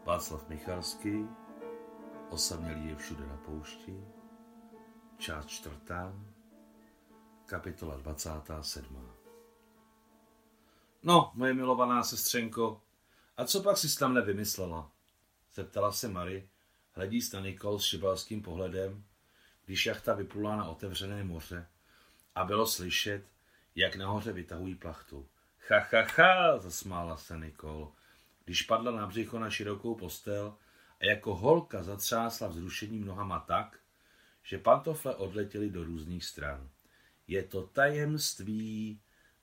Václav Michalský, Osamělí je všude na poušti, část 4, kapitola 27. No, moje milovaná sestřenko, a co pak jsi tam nevymyslela? Zeptala se Mary, hledíc na Nicole s šibalským pohledem, když jachta vyplula na otevřené moře a bylo slyšet, jak nahoře vytahují plachtu. Ha, zasmála se Nicole, když padla na břicho na širokou postel a jako holka zatřásla vzrušením nohama tak, že pantofle odletěly do různých stran. Je to tajemství,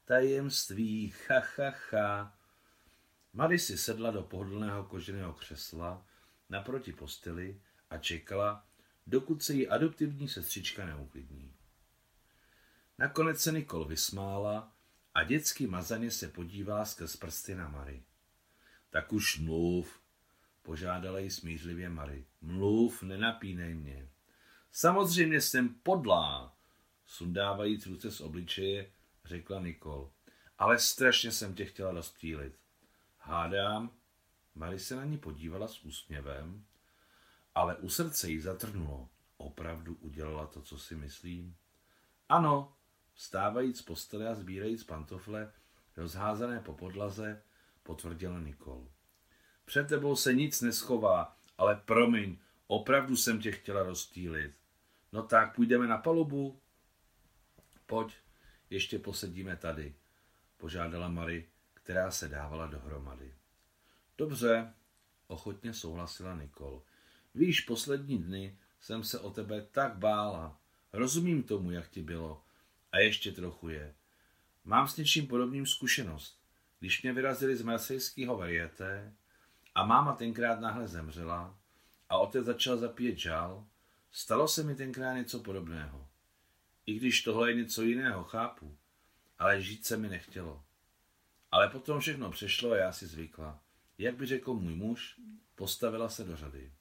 ha. Mary si sedla do pohodlného koženého křesla naproti posteli a čekala, dokud se jí adoptivní sestřička neuklidní. Nakonec se Nicole vysmála a dětsky mazaně se podívala skrz prsty na Mary. Tak už mluv, požádala jí smířlivě Mary. Mluv, nenapínej mě. Samozřejmě jsem podlá, sundávajíc ruce z obličeje, řekla Nicole. Ale strašně jsem tě chtěla rozptýlit. Hádám, Mary se na ní podívala s úsměvem, ale u srdce jí zatrnulo. Opravdu udělala to, co si myslím? Ano, vstávajíc z postele a sbírajíc pantofle, rozházané po podlaze, potvrdila Nicole. Před tebou se nic neschová, ale promiň, opravdu jsem tě chtěla rozptýlit. No tak, půjdeme na palubu? Pojď, ještě posedíme tady, požádala Mary, která se dávala dohromady. Dobře, ochotně souhlasila Nicole. Víš, poslední dny jsem se o tebe tak bála. Rozumím tomu, jak ti bylo. A ještě trochu je. Mám s něčím podobným zkušenost. Když mě vyrazili z marsejského varieté a máma tenkrát náhle zemřela a otec začal zapíjet žál, stalo se mi tenkrát něco podobného. I když tohle je něco jiného, chápu, ale žít se mi nechtělo. Ale potom všechno přešlo a já si zvykla. Jak by řekl můj muž, postavila se do řady.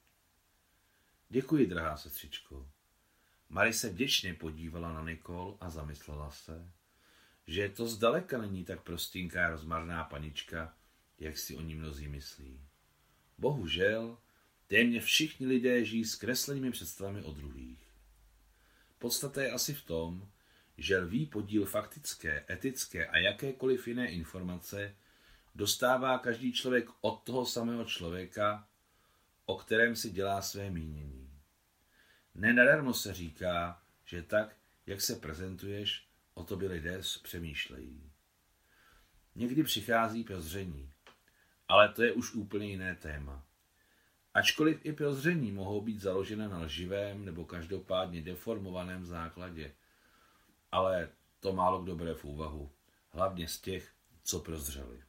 Děkuji, drahá sestřičko. Mary se vděčně podívala na Nicole a zamyslela se, že to zdaleka není tak prostinká rozmarná panička, jak si o ní mnozí myslí. Bohužel, téměř všichni lidé žijí s kreslenými představami o druhých. Podstata je asi v tom, že lví podíl faktické, etické a jakékoliv jiné informace dostává každý člověk od toho samého člověka, o kterém si dělá své mínění. Nenadarmo se říká, že tak, jak se prezentuješ, o tobě lidé přemýšlejí. Někdy přichází prozření, ale to je už úplně jiné téma. Ačkoliv i prozření mohou být založena na lživém nebo každopádně deformovaném základě, ale to málo kdo bere v úvahu, hlavně z těch, co prozřeli.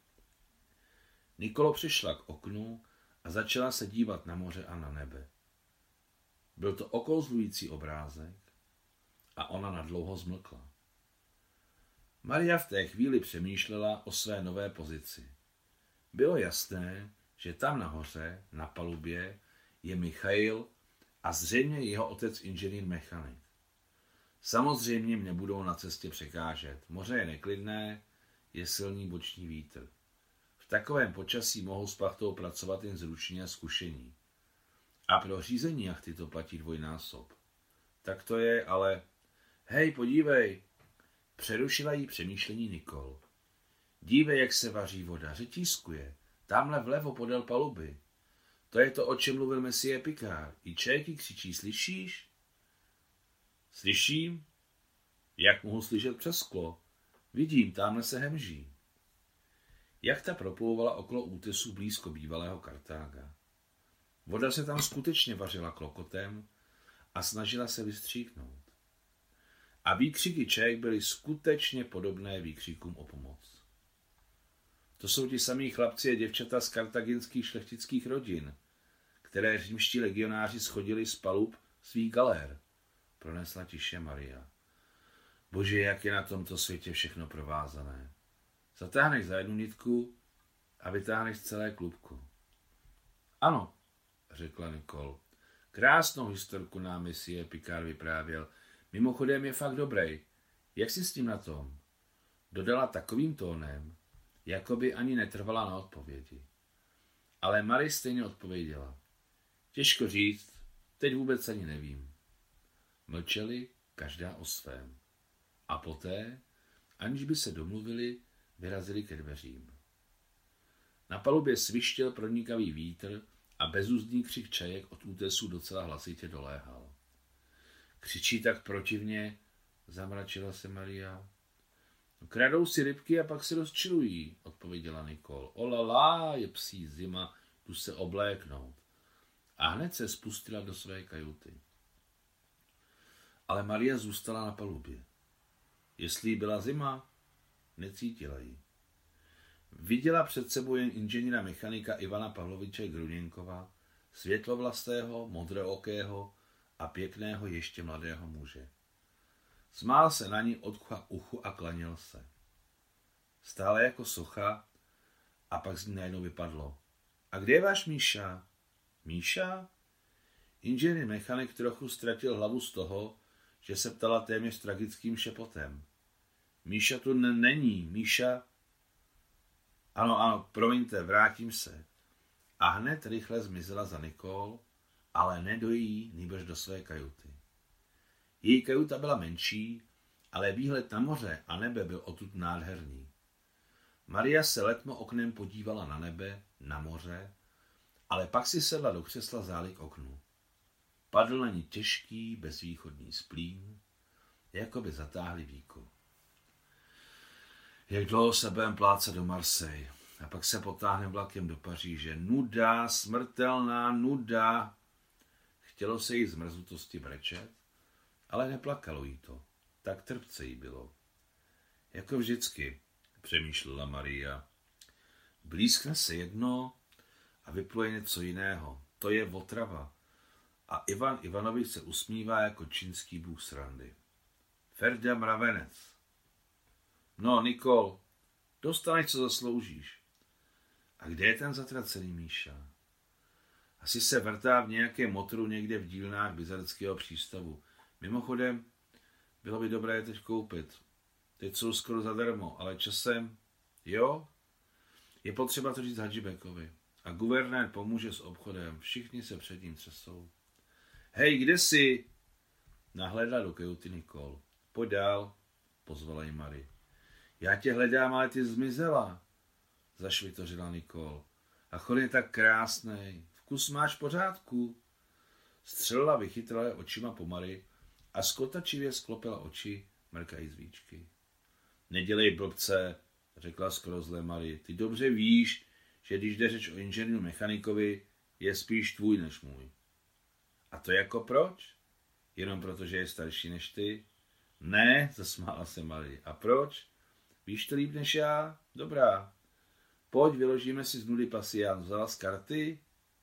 Nicole přišla k oknu a začala se dívat na moře a na nebe. Byl to okouzlující obrázek a ona nadlouho zmlkla. Maria v té chvíli přemýšlela o své nové pozici. Bylo jasné, že tam nahoře, na palubě, je Michail a zřejmě jeho otec inženýr mechanik. Samozřejmě mě budou na cestě překážet. Moře je neklidné, je silný boční vítr. V takovém počasí mohou s plachtou pracovat jen zručně a zkušení. A pro řízení jachty to platí dvojnásob. Tak to je, ale... Hej, podívej! Přerušila jí přemýšlení Nicole. Dívej, jak se vaří voda, řetískuje. Tamhle vlevo podél paluby. To je to, o čem mluvil Monsieur Picard. I čéky křičí, slyšíš? Slyším? Jak mohu slyšet přes sklo? Vidím, tamhle se hemží. Jachta proplouvala okolo útesu blízko bývalého Kartága. Voda se tam skutečně vařila klokotem a snažila se vystříknout. A výkřiky čajek byly skutečně podobné výkřikům o pomoc. To jsou ti samí chlapci a děvčata z kartaginských šlechtických rodin, které římští legionáři schodili z palub svých galér, pronesla tiše Maria. Bože, jak je na tomto světě všechno provázané. Zatáhneš za jednu nitku a vytáhneš celé klubko. Ano, řekla Nicole. Krásnou historku nám Monsieur Picard vyprávěl. Mimochodem je fakt dobrý. Jak jsi s tím na tom? Dodala takovým tónem, jako by ani netrvala na odpovědi. Ale Marie stejně odpověděla. Těžko říct, teď vůbec ani nevím. Mlčeli, každá o svém. A poté, aniž by se domluvili, vyrazili ke dveřím. Na palubě svištěl pronikavý vítr a bezúzdný křik čajek od útesu docela hlasitě doléhal. Křičí tak protivně, zamračila se Maria. Kradou si rybky a pak se rozčilují, odpověděla Nicole. Olala, je psí zima, jdu se obléknout. A hned se spustila do své kajuty. Ale Maria zůstala na palubě. Jestli jí byla zima, necítila ji. Viděla před sebou jen inženýra mechanika Ivana Pavloviče Gruněnkova, světlovlastého, modrookého a pěkného ještě mladého muže. Smál se na ní od ucha uchu a klanil se. Stále jako socha a pak z ní najednou vypadlo. A kde je váš Míša? Míša? Inženýr mechanik trochu ztratil hlavu z toho, že se ptala téměř tragickým šepotem. Míša tu není, Míša... Ano, promiňte, vrátím se. A hned rychle zmizela za Nicole, ale ne do jí, nýbrž do své kajuty. Její kajuta byla menší, ale výhled na moře a nebe byl odtud nádherný. Maria se letmo oknem podívala na nebe, na moře, ale pak si sedla do křesla záli k oknu. Padl na ní těžký, bezvýchodný splín, jako by zatáhli víko. Jak dlouho se budeme plácat do Marseille a pak se potáhneme vlakem do Paříže. Nuda, smrtelná nuda. Chtělo se jí z mrzutosti brečet, ale neplakalo jí to. Tak trpce jí bylo. Jako vždycky, přemýšlela Maria. Blízkne se jedno a vypluje něco jiného. To je otrava. A Ivan Ivanovič se usmívá jako čínský bůh srandy. Ferda mravenec. No, Nicole, dostaneš, co zasloužíš. A kde je ten zatracený Míša? Asi se vrtá v nějakém motoru někde v dílnách Byzantského přístavu. Mimochodem, bylo by dobré je teď koupit. Teď jsou skoro zadarmo, ale časem, jo? Je potřeba to říct Hadžibekovi. A guvernér pomůže s obchodem. Všichni se před ním třesou. Hej, kde jsi? Nahlédla do kajuty Nicole. Pojď dál, pozvala jí Marie. Já tě hledám, ale ty zmizela, zašvitořila Nicole. A chod je tak krásnej. Vkus máš v pořádku. Střelila vychytralé očima po Marii a skotačivě sklopila oči, mrkají zvíčky. Nedělej blbce, řekla skoro zlé Marie. Ty dobře víš, že když jde řeč o inženýru mechanikovi, je spíš tvůj než můj. A to jako proč? Jenom proto, že je starší než ty? Ne, zasmála se Marie. A proč? Víš to líp než já? Dobrá. Pojď, vyložíme si z nuly pasián. Vzala z karty?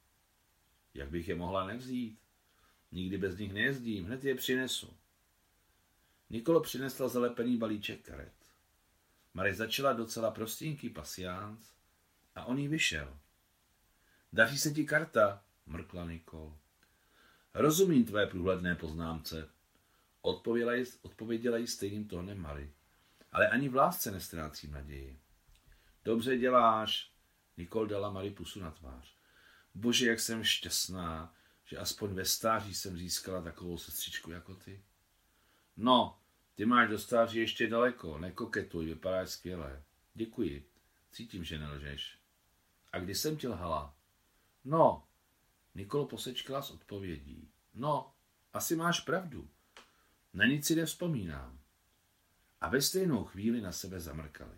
Jak bych je mohla nevzít? Nikdy bez nich nejezdím, hned je přinesu. Nicole přinesla zalepený balíček karet. Marie začala docela prostinký pasiánc a on jí vyšel. Daří se ti karta, mrkla Nicole. Rozumím tvé průhledné poznámce, odpověděla jí stejným tónem Marie. Ale ani v lásce nestrácím naději. Dobře děláš, Nicole dala Marie pusu na tvář. Bože, jak jsem šťastná, že aspoň ve stáří jsem získala takovou sestřičku jako ty. No, ty máš do stáří ještě daleko, nekoketuj, vypadáš skvěle. Děkuji, cítím, že nelžeš. A kdy jsem ti lhala? No, Nicole posečkala s odpovědí. No, asi máš pravdu. Na nic si nevzpomínám. A ve stejnou chvíli na sebe zamrkali.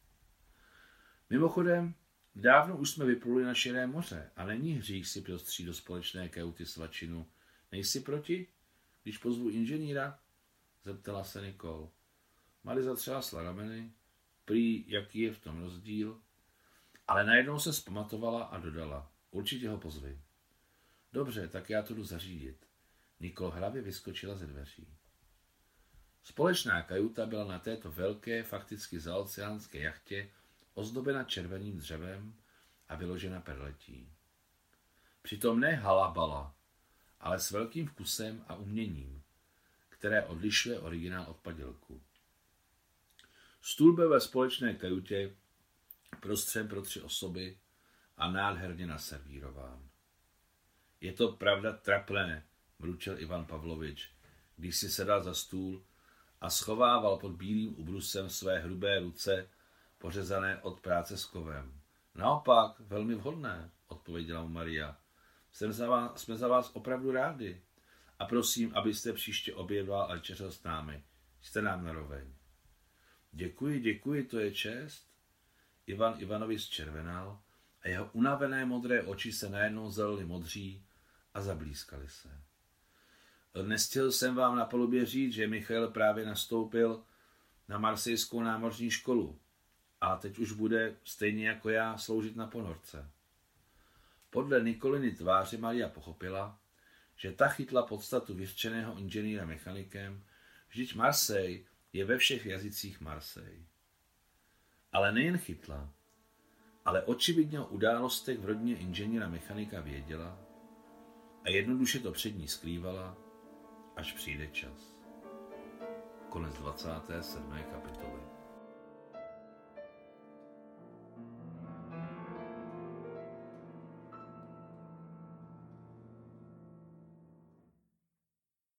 Mimochodem, dávno už jsme vypluli na širé moře a není hřích si prostřít do společné kajuty svačinu. Nejsi proti, když pozvu inženýra? Zeptala se Nicole. Marie zatřásla rameny, prý jaký je v tom rozdíl, ale najednou se vzpamatovala a dodala. Určitě ho pozvi. Dobře, tak já to jdu zařídit. Nicole hravě vyskočila ze dveří. Společná kajuta byla na této velké, fakticky zaoceánské jachtě ozdobena červeným dřevem a vyložena perletí. Přitom ne halabala, ale s velkým vkusem a uměním, které odlišuje originál od padělku. Stůl byl ve společné kajutě prostřen pro 3 osoby a nádherně naservírován. Je to pravda trapné, mručel Ivan Pavlovič, když si sedal za stůl a schovával pod bílým ubrusem své hrubé ruce, pořezané od práce s kovem. Naopak, velmi vhodné, odpověděla mu Maria. Jsme za vás opravdu rádi. A prosím, abyste příště obědval a večeřel s námi. Jste nám naroveň. Děkuji, to je čest. Ivan Ivanovič zčervenal a jeho unavené modré oči se najednou zalily modří a zablízkaly se. Nestihl jsem vám na palubě říct, že Michail právě nastoupil na Marsejskou námořní školu a teď už bude, stejně jako já, sloužit na ponorce. Podle Nikoliny tváře Maria pochopila, že ta chytla podstatu vyřčeného inženýra mechanikem, vždyť Marseille je ve všech jazycích Marseille. Ale nejen chytla, ale očividně o událostech v rodině inženýra mechanika věděla a jednoduše to před ní skrývala, až přijde čas. Konec 27. kapitoly.